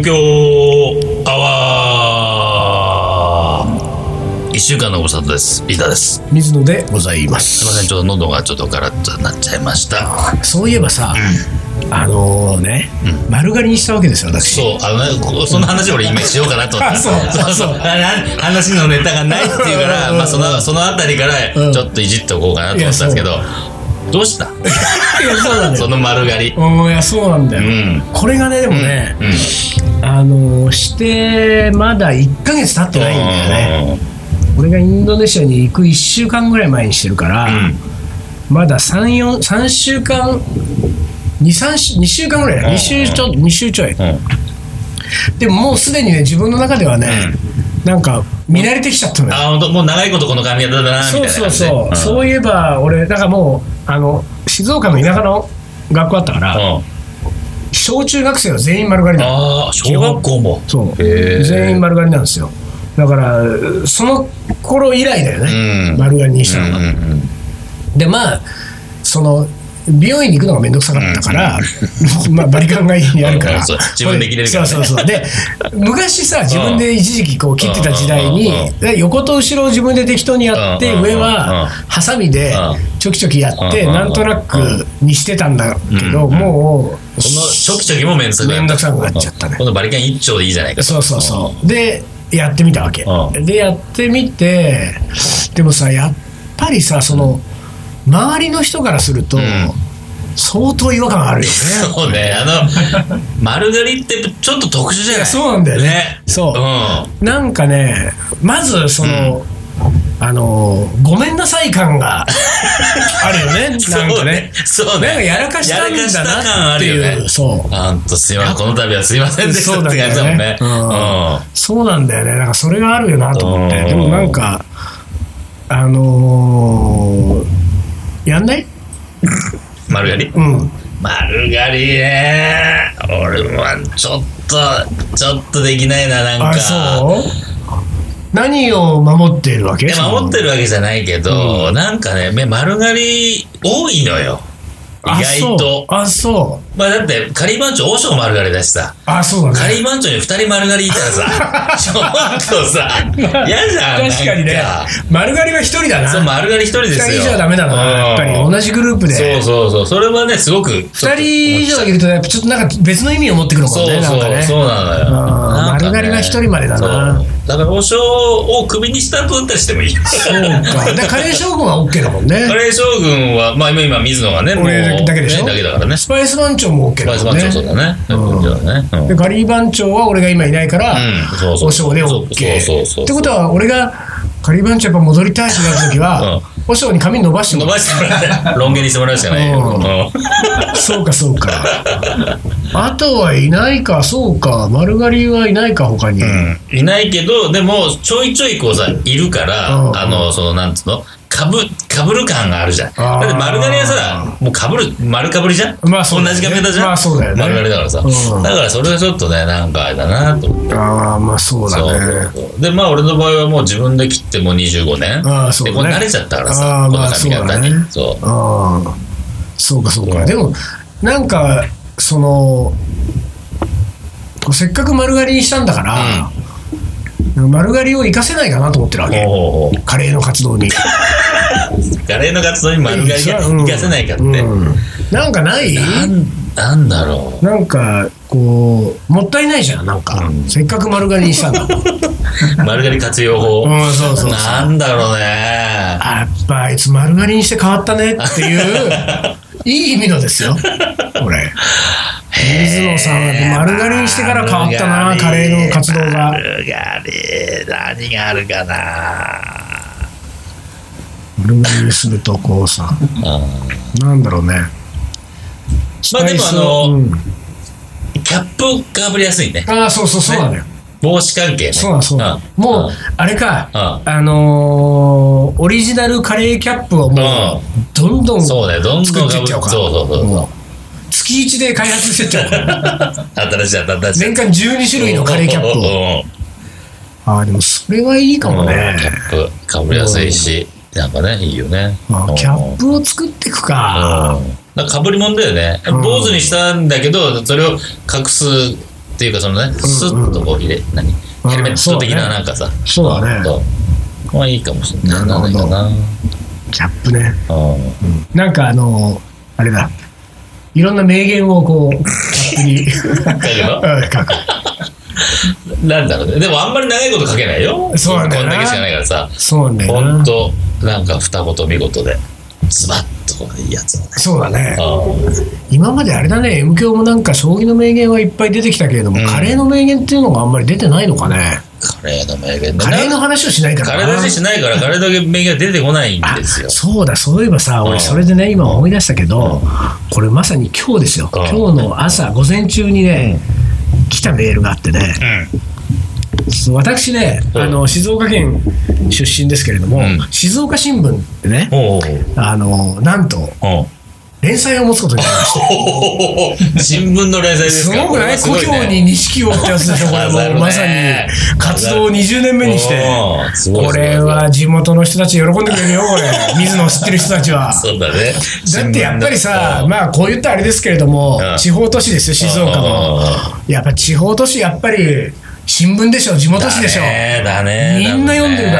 京アワー1週間のご無沙汰です。リーダーです。 水野でございます。 すいません、ちょっと喉がちょっとガラッとなっちゃいました。 そういえばさ、丸刈りにしたわけですよ、私。 そう、その話を俺今しようかなと思ってそう話のネタがないっていうから、まあそのあたりからちょっといじっておこうかなと思ったんですけど、どうしたいや、そうなんだよ。 その丸刈り。 いや、そうなんだよ。これがね、でもね、してまだ1ヶ月経ってないんだよね。俺がインドネシアに行く1週間ぐらい前にしてるから、まだ3週間2週間ぐらいだ、2週ちょい、でももうすでにね、自分の中ではね、なんか見慣れてきちゃったのよ。 もう長いことこの髪型だなみたいな感じで。 そういえば俺だからもう静岡の田舎の学校あったから、小中学生は全員丸刈りだ。 小学校もそう全員丸刈りなんですよ。だからその頃以来だよね、丸刈りにしたのが。でまあ美容院に行くのがめんどくさかったから、まあバリカンが家にあるから自分で切れるからね。 そうで昔さ、自分で一時期こう切ってた時代に横と後ろを自分で適当にやって、上はハサミでチョキチョキやってなんとなくにしてたんだけど、もうそのチョキチョキもめんどくさくなっちゃったね。 このバリカン一丁でいいじゃないか。 そうでやってみたわけで、やってみて、でもさ、やっぱりさ、周りの人からすると、相当違和感あるよね。 そうね、丸刈りってちょっと特殊じゃない。 そうなんだよね。そう、なんかね、まずごめんなさい感があるよね。なんかね、 そうね、 なんかやらかしたんだなっていう。 すいません、この度はすいませんでしたって感じだもんね。 そうなんだよね。なんかそれがあるよなと思って。でもなんかやんない丸刈り。丸刈りね、俺もちょっとできないな、なんか。 そう何を守っているわけ？ 守ってるわけじゃないけど、なんかね、丸刈り多いのよ、意外と。まあだってカリー番長和尚丸刈りだしさ。 そうだね。 カリー番長に2人丸刈りいたらさ、ちょっとさ嫌じゃん。 確かにね、丸刈りは1人だな。 そう、丸刈り1人ですよ。 2人以上はダメだな、やっぱり同じグループで。 そうそれはね、すごく 2人以上いるとやっぱちょっとなんか別の意味を持ってくるもんね。 そうなのよ。 丸刈りは1人までだな。 だから和尚をクビにしたとだったりしてもいい。 そうか。でカレー将軍は OK だもんね。 カレー将軍はまあ今水野がね、 俺だけでしょ。 だけだからね。 スパイス番長も OK だもんね。 スパイス番長、そうだね。 でカリー番長は俺が今いないから和尚で OK。ってことは俺がカリー番長やっぱ戻りたいってなった時は和尚に髪伸ばしてもらってロン毛にしてもらうしかないよ。 そうか。あとはいないか。そうか、丸刈りはいないか、他に。 いないけど、でもちょいちょいこうさいるから、なんつうの、かぶる感があるじゃん。だって丸刈りはさ、もう丸かぶりじゃん。同じ髪型じゃん。 そうだよね。 丸刈りだからさ。だからそれはちょっとね、なんかあれだなと思って。 まあそうだね。 で、まあ俺の場合はもう自分で切っても25年。で、これ慣れちゃったからさ、この髪型に。 そうか。でもなんかせっかく丸刈りにしたんだから、丸刈りを生かせないかなと思ってるわけ。カレーの活動に。カレーの活動に丸刈りが生かせないかって。 なんかない？ なんだろう。 なんかこうもったいないじゃん。なんかせっかく丸刈りにしたんだもん。 丸刈り活用法。 そう。 なんだろうね。 やっぱあいつ丸刈りにして変わったねっていういい意味のですよ。これ。水野さんは丸刈りにしてから変わったな、カレーの活動が。 丸刈り何があるかな。 丸刈りにするとこうさ、なんだろうね。 まあでもキャップかぶりやすいね。 そうなんだよ。 帽子関係ね。 そうだ。もうあれか、オリジナルカレーキャップをもうどんどん作っていっちゃおうか。そう月1で開発してっちゃうから新しい年間12種類のカレーキャップを。でもそれはいいかもね。 キャップかぶりやすいし、なんかね、いいよね。 キャップを作っていくか。 かぶりもんだよね。坊主にしたんだけど、それを隠すっていうか、そのね、スッとこうヘルメット的ななんかさ。 そうだね。 まあいいかもしれない。なるほど。 キャップね。なんかあれだ。いろんな名言をこう、キャップに書く。 なんだろうね。でもあんまり長いこと書けないよ。 そうなんだよな。 こんだけしかないからさ。 そうなんだよな。 ほんと、なんか二言見事で、ズバッとこういいやつをね。 そうだね。今まであれだね、M 響もなんか将棋の名言はいっぱい出てきたけれども、カレーの名言っていうのがあんまり出てないのかね。 カレーの名言カレーの話をしないからカレーの話しないから、カレーの名言が出てこないんですよ。 そうだ、そういえばさ、俺それでね、今思い出したけど、これまさに今日ですよ。今日の朝、午前中にね、来たメールがあってね、私ね、静岡県出身ですけれども、静岡新聞ってね、なんと、連載を持つことになりまして。 新聞の連載ですか？ すごくない？故郷に錦をってやつでしょ、これもうまさに活動を20年目にして。これは地元の人たち喜んでくれるよ、これ。水野を知ってる人たちは。 そうだね。 だってやっぱりさ、まあこう言ったらあれですけれども、地方都市ですよ、静岡も。やっぱ地方都市、やっぱり、新聞でしょ、地元紙でしょ。 だね。 みんな読んでるから。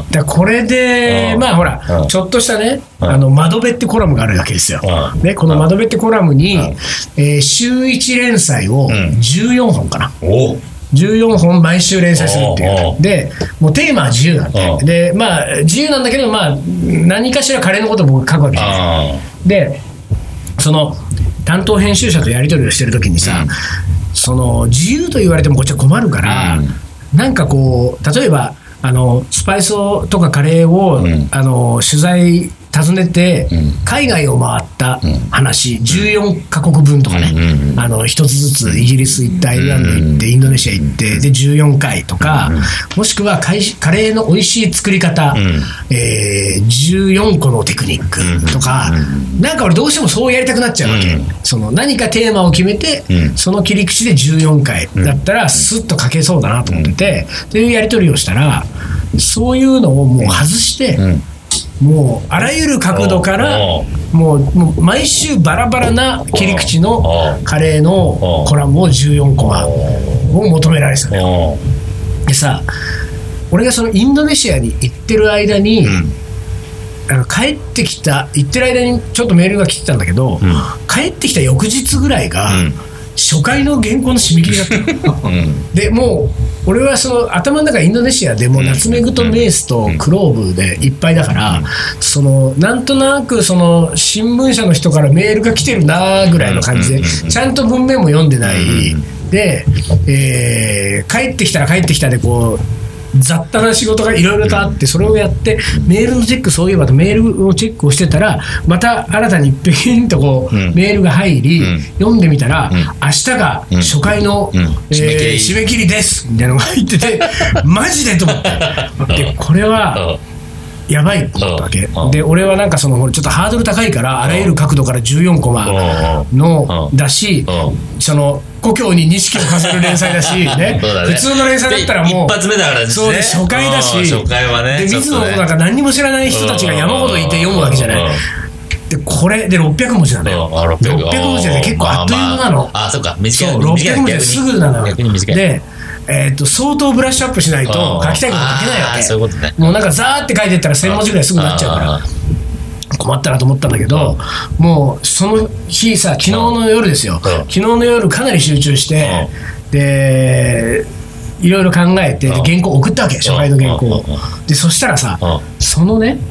だこれで、まあほら、ちょっとしたね、窓辺ってコラムがあるわけですよ。で、この窓辺ってコラムに、週1連載を14本かな。14本毎週連載するっていう。で、もうテーマは自由なんで。で、まあ、自由なんだけど、まあ、何かしらカレーのことを僕書くわけじゃないですか。で、その、担当編集者とやり取りをしてるときにさ、その自由と言われてもこっちは困るから、なんかこう例えばスパイスとかカレーを、取材訪ねて、海外を回った話、14カ国分とかね、一つずつイギリス行ってアイルランド行ってインドネシア行ってで14回とか、もしくはカレーの美味しい作り方、14個のテクニックとか、なんか俺どうしてもそうやりたくなっちゃうわけ。その何かテーマを決めて、その切り口で14回だったらスッと書けそうだなと思ってて、というやり取りをしたら、そういうのをもう外して、もうあらゆる角度からもう毎週バラバラな切り口のカレーのコラムを14コマを求められてたのよ。でさ、俺がそのインドネシアに行ってる間に、帰ってきた行ってる間にちょっとメールが来てたんだけど、帰ってきた翌日ぐらいが、初回の原稿の締め切りだったでもう俺はその頭の中インドネシアでもナツメグとメースとクローブでいっぱいだから、そのなんとなくその新聞社の人からメールが来てるなぐらいの感じで、ちゃんと文面も読んでないで、帰ってきたら帰ってきたでこう雑多な仕事がいろいろとあって、それをやってメールのチェック、そういえばメールをチェックをしてたらまた新たにピンとこうメールが入り、読んでみたら、明日が初回の締め切りですみたいなのが入っててマジでと思って、でこれはやばいと思ったわけで、俺はなんかそのちょっとハードル高いからあらゆる角度から14コマのだし、その故郷に錦を飾る連載だしね、普通の連載だったらもう一発目だからですね。 そうで初回だし、 初回はね、 で水野なんか何にも知らない人たちが山ほどいて読むわけじゃない。でこれで600文字なのよ。600文字で結構あっという間なの。 あ、そうか、短い。 そう600文字ですぐなのよ。で相当ブラッシュアップしないと書きたいこと書けないわけ。 そういうことね。 もうなんかザーって書いてったら1000文字ぐらいすぐなっちゃうから困ったなと思ったんだけど、もうその日さ、昨日の夜ですよ。昨日の夜かなり集中して、でいろいろ考えて原稿送ったわけ、初回の原稿を。でそしたらさ、そのね、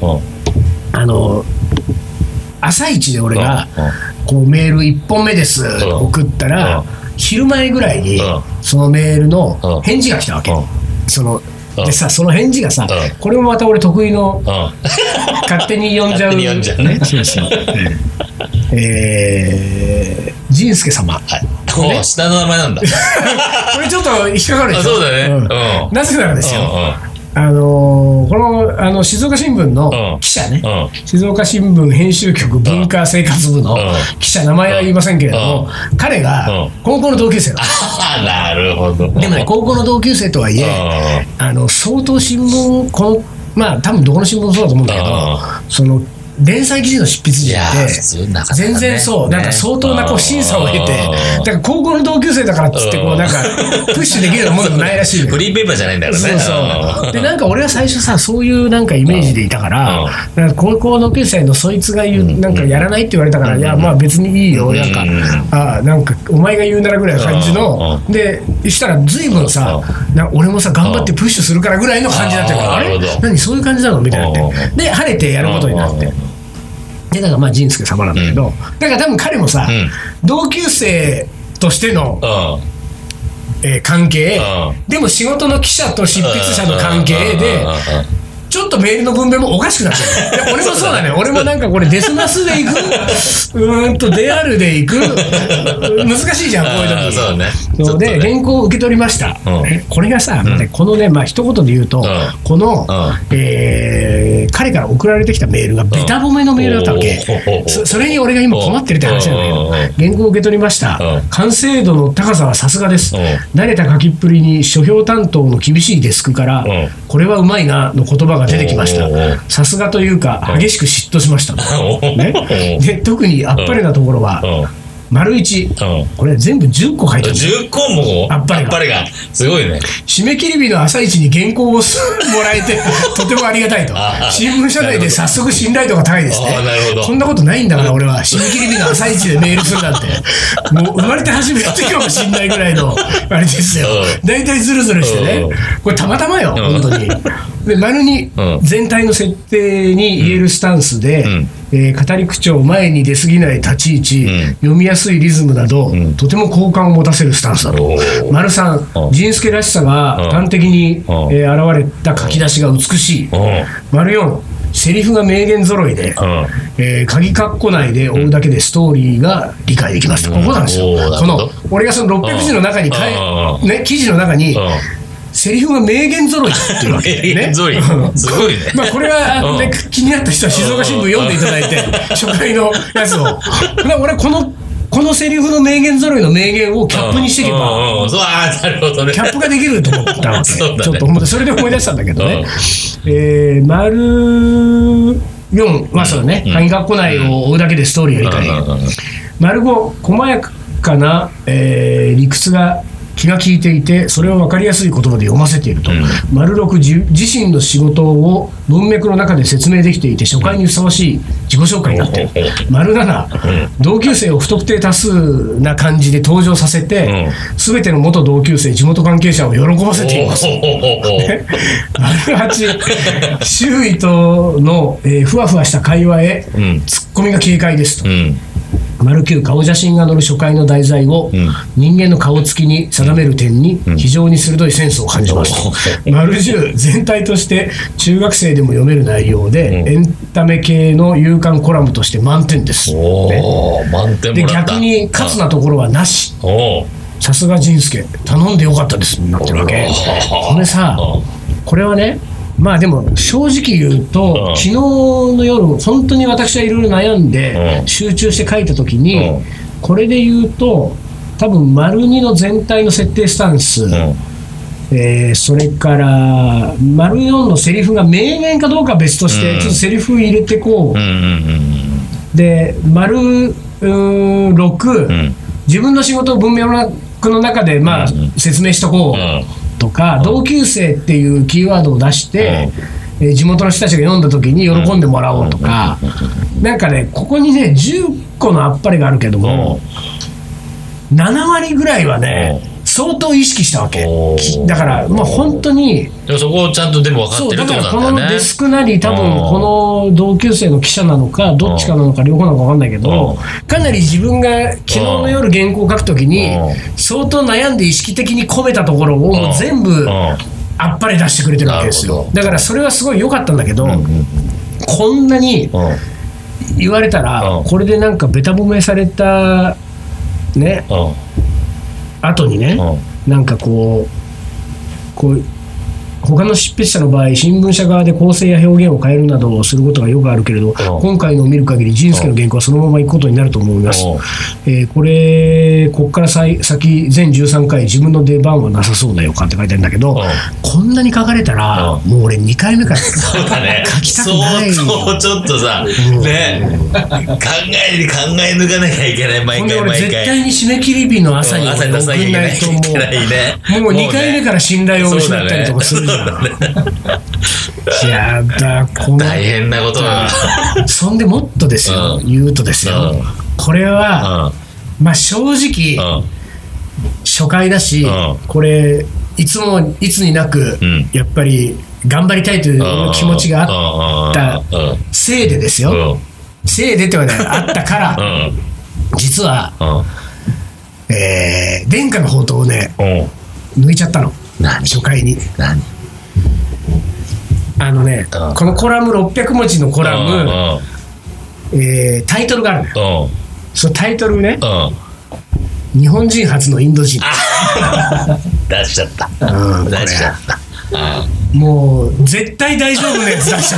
朝一で俺がこうメール1本目です送ったら、昼前ぐらいにそのメールの返事が来たわけ。でさ、その返事がさ、これもまた俺得意の勝手に読んじゃうね。仁助様。 下の名前なんだ。 これちょっと引っかかるでしょ。 そうだね。 なぜならですよ、この静岡新聞の記者ね、静岡新聞編集局文化生活部の記者、名前は言いませんけれども、彼が高校の同級生だ。 なるほど。 でもね、高校の同級生とはいえ、相当新聞、まあ多分どこの新聞もそうだと思うんだけど、その連載記事の執筆陣って全然そうなんか相当なこう審査を経て、だから高校の同級生だからっつってこうなんかプッシュできるようなものでもないらしいフリーペーパーじゃないんだからね。 そうでなんか俺は最初さそういうなんかイメージでいたからなんか高校の同級生のそいつが言うなんかやらないって言われたからいやまあ別にいいよなんかなんかお前が言うならぐらいの感じのでしたら随分さ俺もさ頑張ってプッシュするからぐらいの感じだったからあれ何そういう感じなのみたいになってで晴れてやることになってでだからまあ仁助様なんだけどだから多分彼もさ同級生としての関係でも仕事の記者と執筆者の関係でちょっとメールの文面もおかしくなってる。俺もそうだね。俺もなんかこれデスマスで行くデアルで行く難しいじゃん、こういう時。 そうね。 そうで、原稿を受け取りました。これがさ、このね、まあ一言で言うと、この、彼から送られてきたメールがベタ褒めのメールだったわけ。それに俺が今困ってるって話なんだけど、原稿を受け取りました。完成度の高さはさすがです。慣れた書きっぷりに書評担当の厳しいデスクから、これはうまいなの言葉が出てきました。さすがというか激しく嫉妬しました、ね、で特にあっぱれなところは丸一これ全部10個書いてある。 10個もあっぱれがすごいね。 締め切り日の朝一に原稿をもらえてとてもありがたいと。新聞社内で早速信頼度が高いですね。そんなことないんだから俺は締め切り日の朝一でメールするなんてもう生まれて初めてかもしんないぐらいのあれですよ。大体ズルズルしてねこれたまたまよ本当に。で丸に全体の設定に言えるスタンスで、語り口調前に出過ぎない立ち位置、読みやすいリズムなど、とても好感を持たせるスタンスだと。丸3、仁助らしさが端的に、現れた書き出しが美しい。丸4、セリフが名言揃いで、鍵括弧内で追うだけでストーリーが理解できますと。ここなんですよ。この俺がその600字の中に記事の中にセリフが名言揃いっていうわけね。 名言揃いすごいね。 まあこれは、ね、気になった人は静岡新聞読んでいただいて初回のやつを俺このセリフの名言揃いの名言をキャップにしていけばなるほどね、 キャップができると思ったわけそうだね、 ちょっとそれで思い出したんだけどね、丸4はそうだね、鍵括弧内を追うだけでストーリーが理解できる。丸5、細やかな、理屈が気が利いていてそれを分かりやすい言葉で読ませていると。丸6、自身の仕事を文脈の中で説明できていて初回にふさわしい自己紹介になっている。丸7、同級生を不特定多数な感じで登場させて全ての元同級生地元関係者を喜ばせています。丸8、周囲との、ふわふわした会話へツッコミが軽快ですと。丸9、顔写真が載る初回の題材を人間の顔つきに定める点に非常に鋭いセンスを感じました。丸10、全体として中学生でも読める内容でエンタメ系の夕刊コラムとして満点です、 満点もらった。 で逆に勝つなところはなし。さすが仁助頼んでよかったですになってるわけ。これさこれはねまあでも正直言うと、昨日の夜本当に私はいろいろ悩んで集中して書いた時に、これで言うと多分丸2の全体の設定スタンス、それから丸4のセリフが名言かどうかは別として、ちょっとセリフ入れてこう、で丸6、自分の仕事を文脈の中でまあ説明しとこうとか、同級生っていうキーワードを出して、地元の人たちが読んだ時に喜んでもらおうとか、なんかねここにね10個のあっぱれがあるけども、7割ぐらいはね相当意識したわけだから、まあ本当にそこをちゃんとでも分かってるってことなんだよね。 だからこのデスクなり多分この同級生の記者なのかどっちかなのか両方なのか分かんないけど、かなり自分が昨日の夜原稿を書くときに相当悩んで意識的に込めたところをもう全部あっぱれ出してくれてるわけですよ。だからそれはすごい良かったんだけど、こんなに言われたらこれでなんかベタ褒めされたね後にねなんかこう他の執筆者の場合、新聞社側で構成や表現を変えるなどをすることがよくあるけれど、今回のを見る限り仁助の原稿はそのままいくことになると思います。こっから先全13回自分の出番はなさそうだよかって書いてあるんだけど、こんなに書かれたらもう俺2回目からそうだね、 書きたくないよ。 そうちょっとさ、ね、考え抜かなきゃいけない、毎回絶対に締め切り日の朝に送んないともう2回目から信頼を失ったりとかするじゃん。やだ、 大変なことだ。 そんでもっとですよ、言うとですよ、これはまあ正直初回だし、これいつになくやっぱり頑張りたいという気持ちがあったせいでですよ、せいでってはない、あったから実は殿下の宝刀をね抜いちゃったの、初回に。このコラム600文字のコラム、タイトルがあるのよ。そのタイトルね、日本人初のインド人出しちゃった、出しちゃった。 もう絶対大丈夫なやつ出しちゃ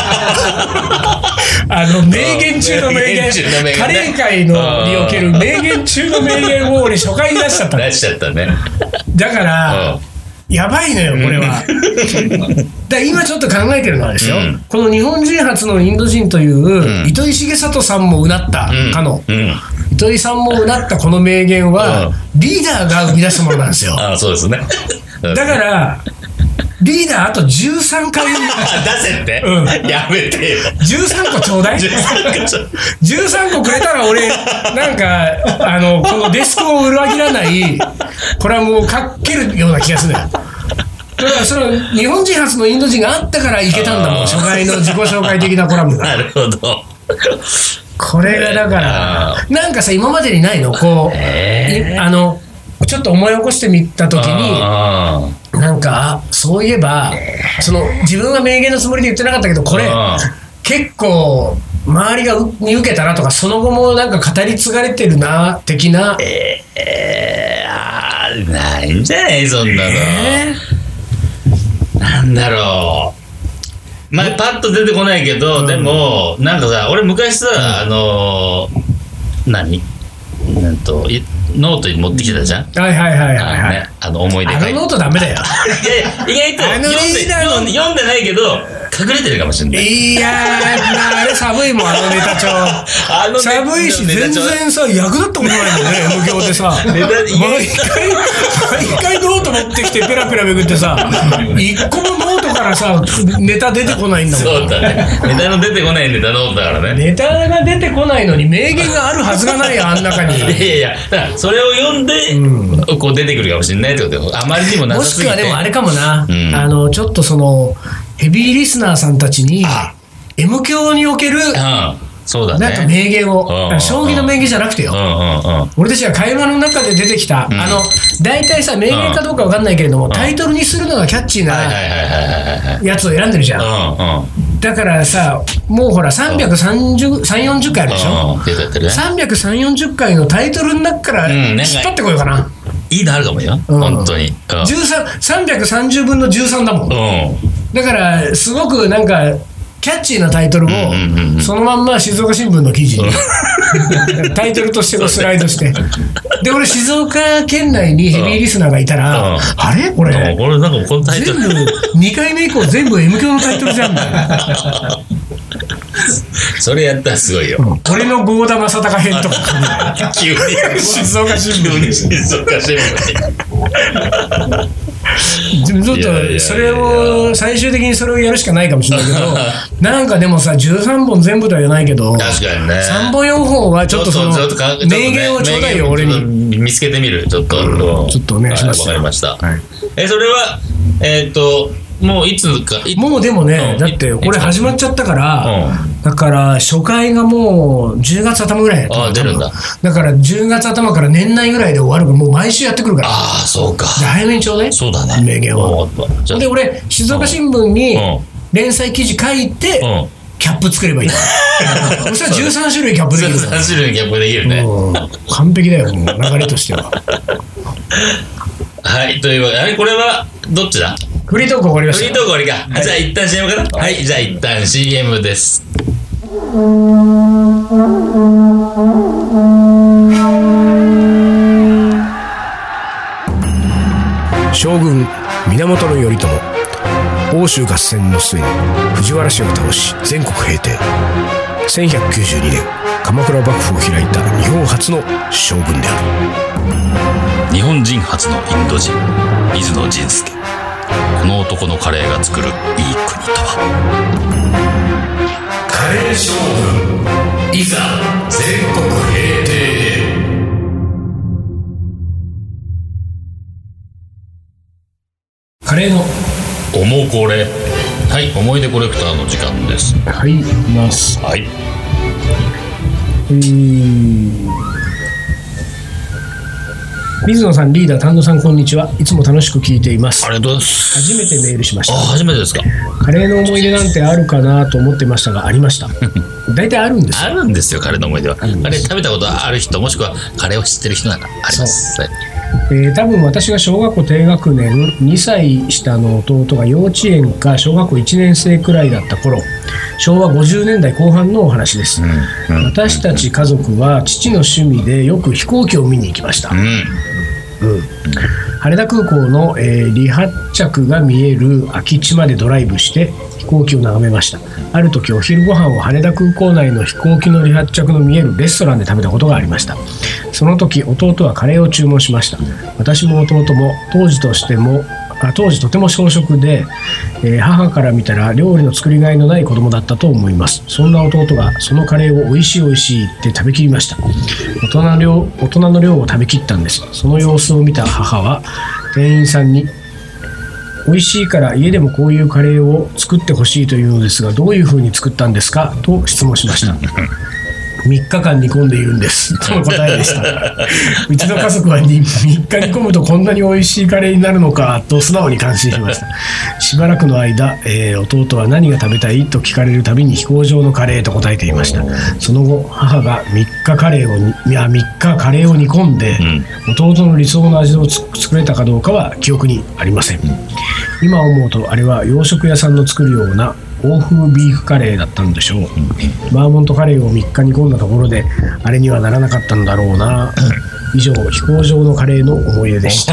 った名言中の名言、カレー界のにおける名言中の名言を俺初回に出しちゃった出しちゃったね。 だからやばいのよこれは。だ今ちょっと考えてるのはですよ、この日本人初のインド人という糸井重里さんもうなったかの、糸井さんもうなったこの名言はリーダーが生み出したものなんですよ。 そうですね。 だからリーダーあと13回出せって、やめてよ。 13個ちょうだい。13個くれたら俺なんかこのデスクを裏切らないこれはもう書けるような気がするんだよ。だからその日本人初のインド人があったからいけたんだもん、初回の自己紹介的なコラムが。 なるほど。 これがだからなんかさ、今までにないのこう、ちょっと思い起こしてみたときになんかそういえばその自分は名言のつもりで言ってなかったけど、これ結構周りに受けたなとか、その後もなんか語り継がれてるな的な。 ないんじゃないそんなの。なんだろう、まあパッと出てこないけど、でもなんかさ、俺昔さ、ノートに持ってきてたじゃん。 はいはいはいはい、 思い出書いて。 ノートダメだよ。 いや意外と読んでないけど隠れてるかもしれない。 いやー、あれ寒いもん、ネタ帳。寒いし全然さ役立ったことないもんね、無業でさ。毎回ノート持ってきてペラペラめくってさ、一個もノートからさネタ出てこないんだもん。 そうだね、ネタの出てこないネタノートだからね。 ネタが出てこないのに名言があるはずがないよ、あん中に。 いやだからそれを読んで、こう出てくるかもしれないってことで、あまりにもなさすぎて。 もしくはでもあれかもな、ちょっとそのヘビーリスナーさんたちに M 教におけるそうだね、 なんか名言を、将棋の名言じゃなくてよ、俺たちが会話の中で出てきた、大体さ名言かどうか分かんないけれども、タイトルにするのがキャッチーなやつを選んでるじゃん。だからさ、もうほら330、40回あるでしょ。330、40回のタイトルの中から引っ張ってこようかな。 いいのあるかもよ、本当に。 330分の13だもん。だからすごくなんかキャッチーなタイトルをそのまんま静岡新聞の記事にタイトルとしてのスライドして、で俺静岡県内にヘビーリスナーがいたら、あれこれなんかこのタイトル全部2回目以降全部 M 響のタイトルじゃんみたいな。 それやったらすごいよ。 俺の郷田正孝編とか急に静岡新聞に静岡新聞にちょっとそれを最終的にそれをやるしかないかもしれないけどなんかでもさ13本全部とは言わないけど、 確かにね、 3本4本はちょっとその名言をちょうだいよ、俺に見つけてみる。ちょっとお願いします。 わかりました。それはもういつか、 もうでもね、だってこれ始まっちゃったから、だから初回がもう10月頭ぐらいや出るんだ。 だから10月頭から年内ぐらいで終わるから、もう毎週やってくるから。 ああ、そうか。 早めにちょうだい。 そうだね。 名言を。で、俺、静岡新聞に連載記事書いて、キャップ作ればいい。そしたら13種類キャップできる。 13種類キャップできるね。 完璧だよ、もう流れとしては。 はい、というわけで、これはどっちだ？ フリートーク終わりました。 フリートーク終わりか。じゃあ一旦 CM かな。はい、じゃあ一旦 CM です。 将軍源頼朝、欧州合戦の末に藤原氏を倒し全国平定。1192年鎌倉幕府を開いた日本初の将軍である。日本人初のインド人水野仁介。この男のカレーが作るいい国とは。カレー将軍いざ全国平定へ。 カレーのおもこれ。はい、思い出コレクターの時間です。 はい、ます。 はい。 水野さん、リーダー、丹野さん、こんにちは。いつも楽しく聞いています。 ありがとうございます。 初めてメールしました。 初めてですか。 カレーの思い出なんてあるかなと思ってましたが、ありました。大体あるんですよ。 あるんですよ、カレーの思い出は。カレー食べたことある人、もしくはカレーを知ってる人なんかあります。 多分私が小学校低学年、2歳下の弟が幼稚園か小学校1年生くらいだった頃、昭和50年代後半のお話です。私たち家族は父の趣味でよく飛行機を見に行きました。羽田空港の、離発着が見える空き地までドライブして飛行機を眺めました。ある時お昼ご飯を羽田空港内の飛行機の離発着の見えるレストランで食べたことがありました。その時弟はカレーを注文しました。私も弟も当時とても小食で、母から見たら料理の作りがいのない子供だったと思います。そんな弟がそのカレーを美味しい美味しいって食べきりました。大人の量を食べきったんです。その様子を見た母は店員さんに、美味しいから家でもこういうカレーを作ってほしいというのですが、どういうふうに作ったんですかと質問しました。3日間煮込んでいるんですとの答えでした。うちの家族は3日煮込むとこんなに美味しいカレーになるのかと素直に感心しました。しばらくの間、弟は何が食べたいと聞かれるたびに飛行場のカレーと答えていました。その後母が3日カレーを煮込んで、弟の理想の味を作れたかどうかは記憶にありません。今思うとあれは洋食屋さんの作るような欧風ビーフカレーだったのでしょう。バーモントカレーを3日煮込んだところであれにはならなかったのだろうな。以上、飛行場のカレーの思い出でした。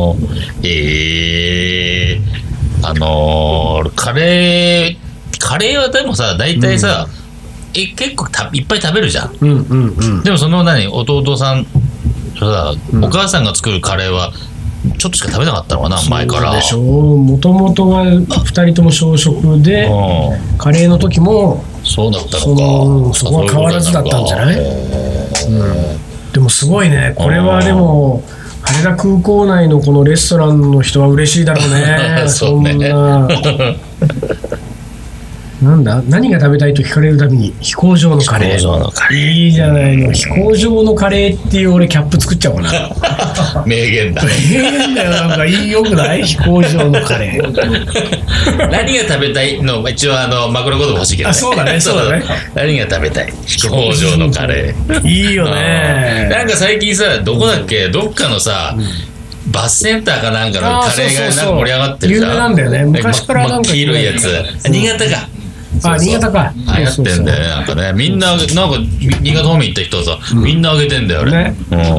カレーはでもさ、大体さ、結構いっぱい食べるじゃん。でもその弟さんさ、お母さんが作るカレーはちょっとしか食べなかったのかな、前から。 そうでしょう。もともとは2人とも小食で、カレーの時もそうだったのか。 そこは変わらずだったんじゃない？でもすごいね。これはでも羽田空港内のこのレストランの人は嬉しいだろうね。 そうね。 なんだ、何が食べたいと聞かれるたびに飛行場のカレー。いいじゃないの。飛行場のカレーっていう俺キャップ作っちゃおうかな。 名言だ。 名言だよ。なんかよくない？飛行場のカレー。 何が食べたいの一応枕言葉欲しいけどね。 そうだね。 何が食べたい？飛行場のカレー。 いいよね。 なんか最近さ、どこだっけ？どっかのさ、バスセンターかなんかのカレーがなんか盛り上がってるじゃん。 有名なんだよね。昔からなんか黄色いやつ。新潟か。 新潟か。 流行ってんだよね。なんかね、みんななんか新潟方面行った人はさ、みんなあげてんだよね。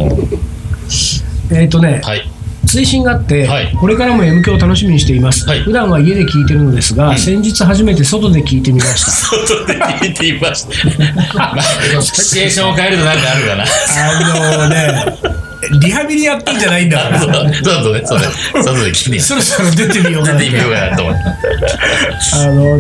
追伸があって、これからも M 響を楽しみにしています。普段は家で聞いてるのですが、先日初めて外で聞いてみました。 外で聞いてみました。シチュエーションを変えるとなんかあるかな。 リハビリやってんじゃないんだから。 そうね、それ。外で聞いてそろそろ出てみようかな。 出てみようかなと思って。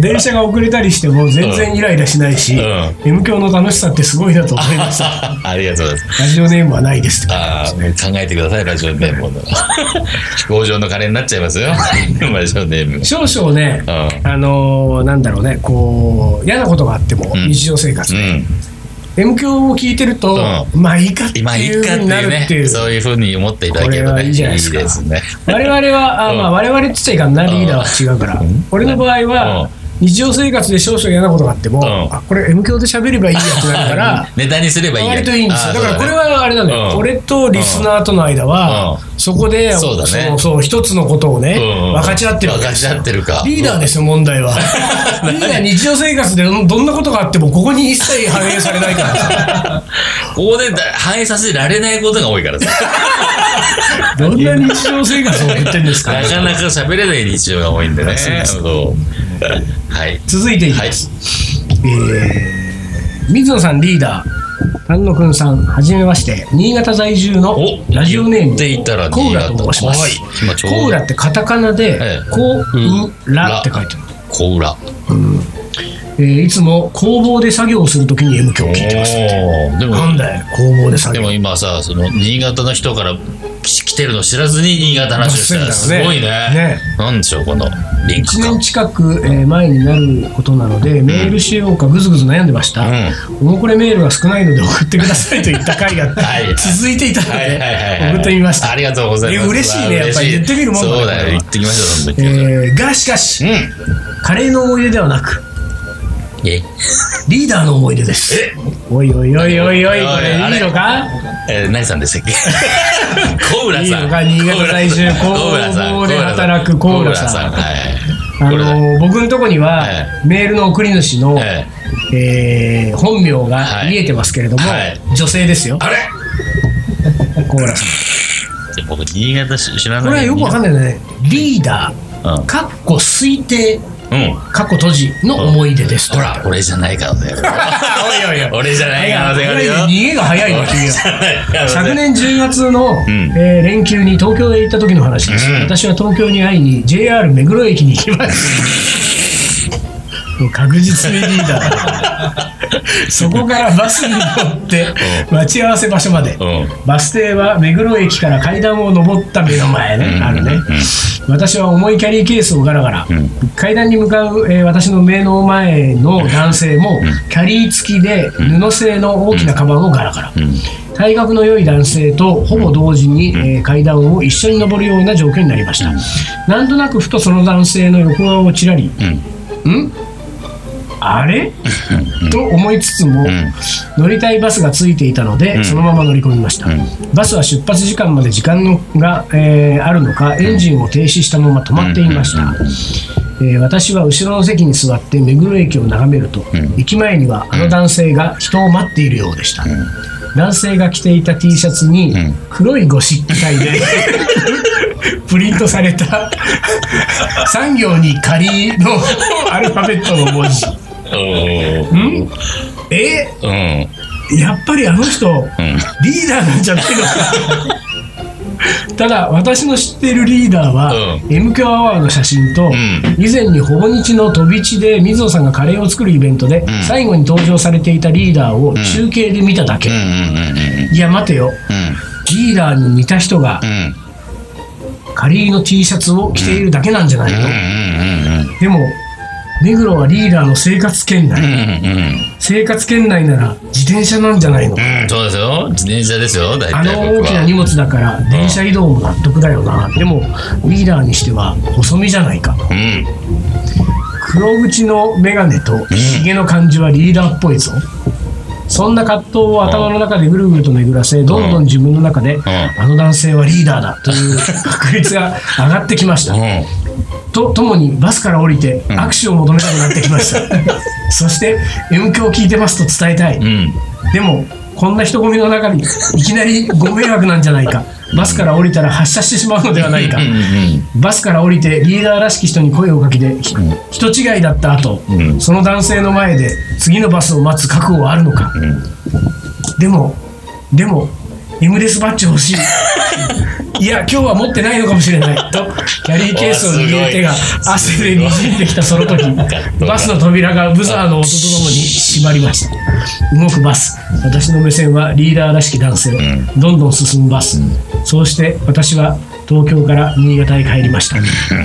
電車が遅れたりしても全然イライラしないし、M 響の楽しさってすごいなと思いました。 ありがとうございます。 ラジオネームはないですって。 考えてください、ラジオネームを。飛行場のカレーになっちゃいますよ。ラジオネーム。 少々ね、なんだろうね、こう嫌なことがあっても日常生活で。M 響を聞いてると、まあいいかっていうふうになるっていう、 そういうふうに思っていただけるとね、いいじゃないですか。 我々は、我々って言っちゃいかんな、リーダーは違うから。俺の場合は、 日常生活で少々嫌なことがあっても、あ、これ M 響で喋ればいいやってなるからネタにすればいいや、 割といいんですよ。だからこれはあれなんだよ、俺とリスナーとの間は、そこでそう一つのことをね、分かち合ってるわけですよ。リーダーですよ、問題は。リーダー、日常生活でどんなことがあってもここに一切反映されないからさここで反映させられないことが多いからさどんな日常生活を言ってんですか。 なかなか喋れない日常が多いんでね。はい、 続いていきます、水野さんリーダー、丹野くんさん、はじめまして、新潟在住のラジオネームコウラと申します。コウラってカタカナでコウラって書いてある。 コウラ、 いつも工房で作業をするときに M 響を聞いてます。でもなんだよ、工房で作業。 でも今さ、その新潟の人から来てるの知らずに新潟の話をしたらすごいね。なんでしょう、このリンク感。 1年近く前になることなので、メールしようかぐずぐず悩んでました。おもこれメールが少ないので送ってくださいといった回が続いていたので送ってみました。 ありがとうございます。 嬉しいね、やっぱり言ってみるもんだね。 そうだよ、言ってきましょう、本当に。 がしかし、カレーの思い出ではなく、リーダーの思い出です。おいおいおいおいおい、これいいのか。 何さんでしたっけ。コウラさん。いいのか、 新潟在住工房で働くコウラさん。僕のとこにはメールの送り主の本名が見えてますけれども、女性ですよ。あれ、コウラさん。 僕新潟知らない。 これはよくわかんないね。リーダーかっこ推定過去閉じの思い出です。 ほら、俺じゃないからね。 おいおいおい、 俺じゃないからね。 逃げが早いわ、君は。昨年10月の連休に東京へ行った時の話です。私は東京に会いに JR 目黒駅に行きました。確実にリーダーだ。そこからバスに乗って待ち合わせ場所まで、バス停は目黒駅から階段を上った目の前ね、あるね。私は重いキャリーケースをガラガラ、階段に向かう、私の目の前の男性もキャリー付きで布製の大きなカバンをガラガラ、体格の良い男性とほぼ同時に、階段を一緒に上るような状況になりました。なんとなくふとその男性の横顔をちらり、あれと思いつつも、乗りたいバスがついていたので、そのまま乗り込みました。バスは出発時間まで時間が、あるのかエンジンを停止したまま止まっていました。私は後ろの席に座って目黒駅を眺めると、駅前にはあの男性が人を待っているようでした。男性が着ていた T シャツに黒いゴシック体でプリントされた3行に仮のアルファベットの文字。やっぱりあの人、リーダーなんじゃないのか。ただ私の知っているリーダーは、M 響アワーの写真と、以前にほぼ日の飛び地で水野さんがカレーを作るイベントで、最後に登場されていたリーダーを中継で見ただけ。いや待てよ、リーダーに似た人が、仮の T シャツを着ているだけなんじゃないの。でも目黒はリーダーの生活圏内、生活圏内なら自転車なんじゃないの。 そうですよ、自転車ですよ。大体あの大きな荷物だから電車移動も納得だよな。でもリーダーにしては細身じゃないか。黒縁の眼鏡とひげの感じはリーダーっぽいぞ。そんな葛藤を頭の中でぐるぐると巡らせ、どんどん自分の中で、あの男性はリーダーだという確率が上がってきました。とともにバスから降りて握手を求めたくなってきました。そして M 響を聞いてますと伝えたい。でもこんな人混みの中にいきなりご迷惑なんじゃないか。バスから降りたら発車してしまうのではないか。バスから降りてリーダーらしき人に声をかけて人違いだった後、その男性の前で次のバスを待つ覚悟はあるのか。でも M レスバッジ欲しい。いや今日は持ってないのかもしれないとキャリーケースを握る手が汗でにじんできたその時、バスの扉がブザーの音とともに閉まりました。動くバス、私の目線はリーダーらしき男性、どんどん進むバス、そうして私は東京から新潟へ帰りました。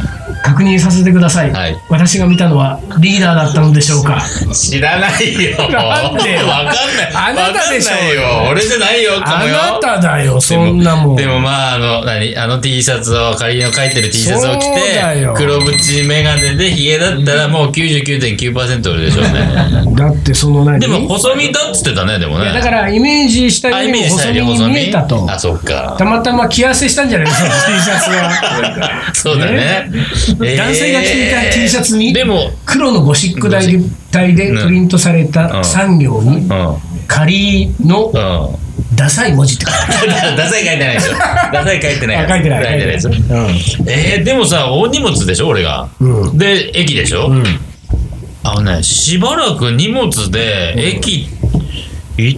確認させてください、 はい、 私が見たのはリーダーだったのでしょうか。 知らないよ。 なんでよ、 わかんない。 あなたでしょうよ。俺じゃないよ、かもよ。 あなただよ、そんなもん。 でもまあ、T シャツを、仮の書いてる T シャツを着て、黒縁メガネでヒゲだったらもう 99.9% 俺でしょうね。 だってそのでも細身だっつってたね、でもね。 だからイメージしたよりも細身に見えたと。 あ、そっか。 たまたま着合わせしたんじゃないですか、T シャツが。 そうだね。 男性が着ていた T シャツに、黒のゴシック体でプリントされた3行に、仮のダサい文字って書いてある。 ダサい書いてないですよ。ダサい書いてない。 書いてないですよ。でもさ、大荷物でしょ、俺が。で、駅でしょ。しばらく荷物で駅行った。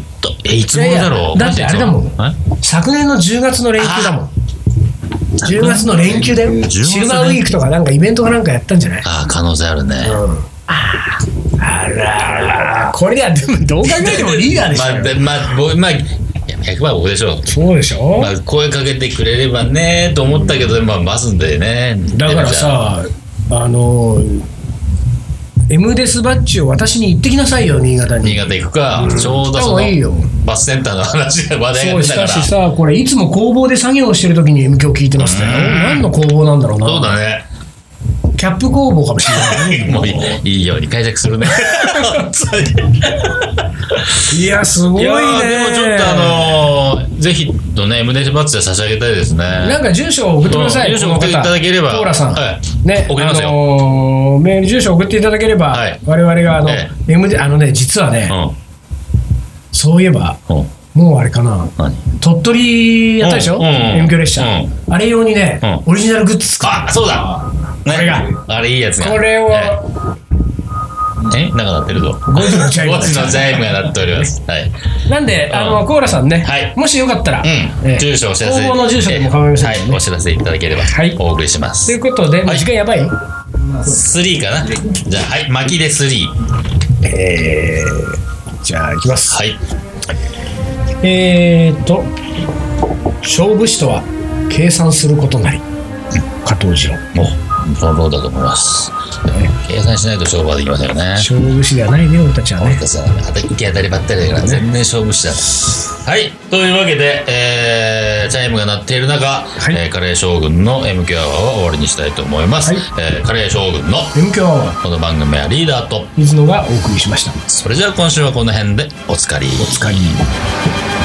いつ頃だろう。 だってあれだもん。昨年の10月の連休だもん。10月の連休だよ。シルバーウィークとかなんかイベントかなんかやったんじゃない？ ああ、可能性あるね。 あら、これではでもどう考えてもリーダーでしょ。 まあ100%僕でしょ。 そうでしょ。 声かけてくれればねと思ったけど、待つんでね。 だからさ、M デスバッジを私に行ってきなさいよ、新潟に。 新潟行くか、ちょうどそのバスセンターの話が話題が出たから。 そうしたしさ、これいつも工房で作業してる時に M 響聞いてますね。何の工房なんだろうな。 そうだね。 キャップ工房かもしれない。 もういいように解釈するね。 いや、すごいね。 でもちょっとぜひとね、M デスバッジで差し上げたいですね。 なんか住所を送ってください。 住所送っていただければ。 コーラさん。ね、 送りますよ。 メール住所送っていただければ、我々がM で実はね、そういえば、もうあれかな、鳥取やったでしょ、M 響列車。あれ用にね、オリジナルグッズ作る。 あ、そうだ。これが。あれいいやつが。 これを。 なんか鳴ってるぞ。 5時のチャイム。 5時のチャイムが鳴っております。はい。 なんで、コーラさんね、もしよかったら、 住所お知らせ。 応募の住所でも構いませんので、 お知らせいただければ、お送りします。 ということで、時間やばい ?3 かな。じゃあ、はい、巻きで3。 じゃあ、いきます。 はい。 勝負師とは計算することなり。加藤次郎。 その通りだと思います。計算しないと勝負はできませんよね。 勝負師ではないね、俺たちはね。 俺たちは行き当たりばったりだから全然勝負師だ。はい、というわけで、チャイムが鳴っている中、カレー将軍の M 響アワーは終わりにしたいと思います。カレー将軍の M 響アワー、 この番組はリーダーと水野がお送りしました。 それじゃあ今週はこの辺でおつかり。 おつかり。